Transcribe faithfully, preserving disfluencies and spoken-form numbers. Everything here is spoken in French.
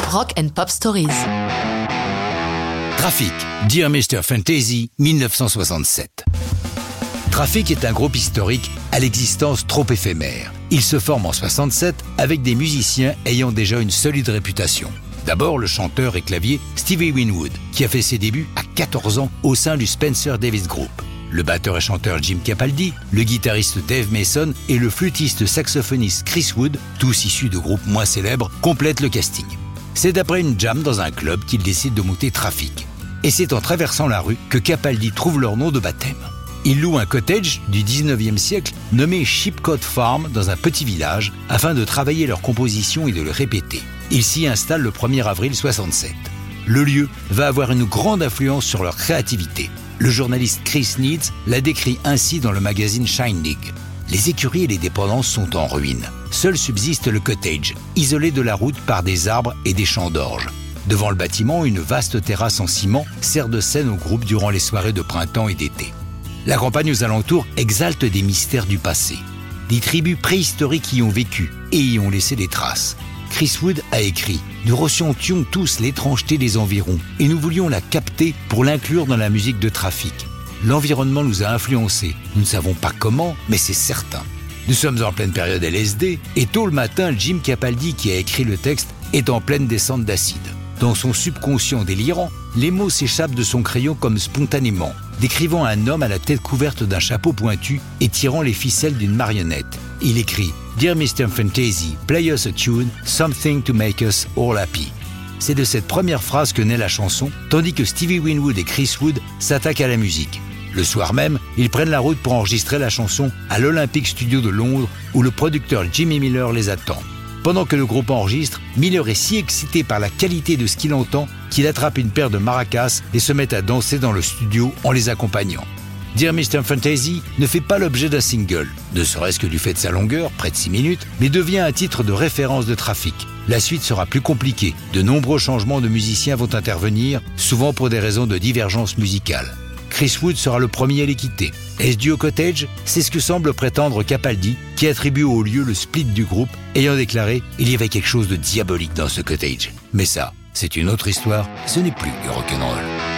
Rock and Pop Stories. Traffic, Dear mister Fantasy, dix-neuf cent soixante-sept. Traffic est un groupe historique à l'existence trop éphémère. Il se forme en soixante-sept avec des musiciens ayant déjà une solide réputation. D'abord, le chanteur et clavier Stevie Winwood, qui a fait ses débuts à quatorze ans au sein du Spencer Davis Group. Le batteur et chanteur Jim Capaldi, le guitariste Dave Mason et le flûtiste saxophoniste Chris Wood, tous issus de groupes moins célèbres, complètent le casting. C'est après une jam dans un club qu'ils décident de monter Traffic. Et c'est en traversant la rue que Capaldi trouve leur nom de baptême. Ils louent un cottage du dix-neuvième siècle nommé Shipcote Farm dans un petit village afin de travailler leur composition et de le répéter. Ils s'y installent le premier avril soixante-sept. Le lieu va avoir une grande influence sur leur créativité. Le journaliste Chris Needs l'a décrit ainsi dans le magazine Shining. Les écuries et les dépendances sont en ruine. Seul subsiste le cottage, isolé de la route par des arbres et des champs d'orge. Devant le bâtiment, une vaste terrasse en ciment sert de scène au groupe durant les soirées de printemps et d'été. La campagne aux alentours exalte des mystères du passé. Des tribus préhistoriques y ont vécu et y ont laissé des traces. Chris Wood a écrit « Nous ressentions tous l'étrangeté des environs et nous voulions la capter pour l'inclure dans la musique de Traffic. L'environnement nous a influencés. Nous ne savons pas comment, mais c'est certain. Nous sommes en pleine période L S D et tôt le matin, Jim Capaldi, qui a écrit le texte, est en pleine descente d'acide. Dans son subconscient délirant, les mots s'échappent de son crayon comme spontanément, décrivant un homme à la tête couverte d'un chapeau pointu et tirant les ficelles d'une marionnette. Il écrit « Dear mister Fantasy, play us a tune, something to make us all happy ». C'est de cette première phrase que naît la chanson, tandis que Stevie Winwood et Chris Wood s'attaquent à la musique. Le soir même, ils prennent la route pour enregistrer la chanson à l'Olympic Studio de Londres, où le producteur Jimmy Miller les attend. Pendant que le groupe enregistre, Miller est si excité par la qualité de ce qu'il entend qu'il attrape une paire de maracas et se met à danser dans le studio en les accompagnant. Dear mister Fantasy ne fait pas l'objet d'un single, ne serait-ce que du fait de sa longueur, près de six minutes, mais devient un titre de référence de Traffic. La suite sera plus compliquée. De nombreux changements de musiciens vont intervenir, souvent pour des raisons de divergence musicale. Chris Wood sera le premier à les quitter. Est-ce dû au cottage ? C'est ce que semble prétendre Capaldi, qui attribue au lieu le split du groupe, ayant déclaré « Il y avait quelque chose de diabolique dans ce cottage ». Mais ça, c'est une autre histoire, ce n'est plus du rock'n'roll.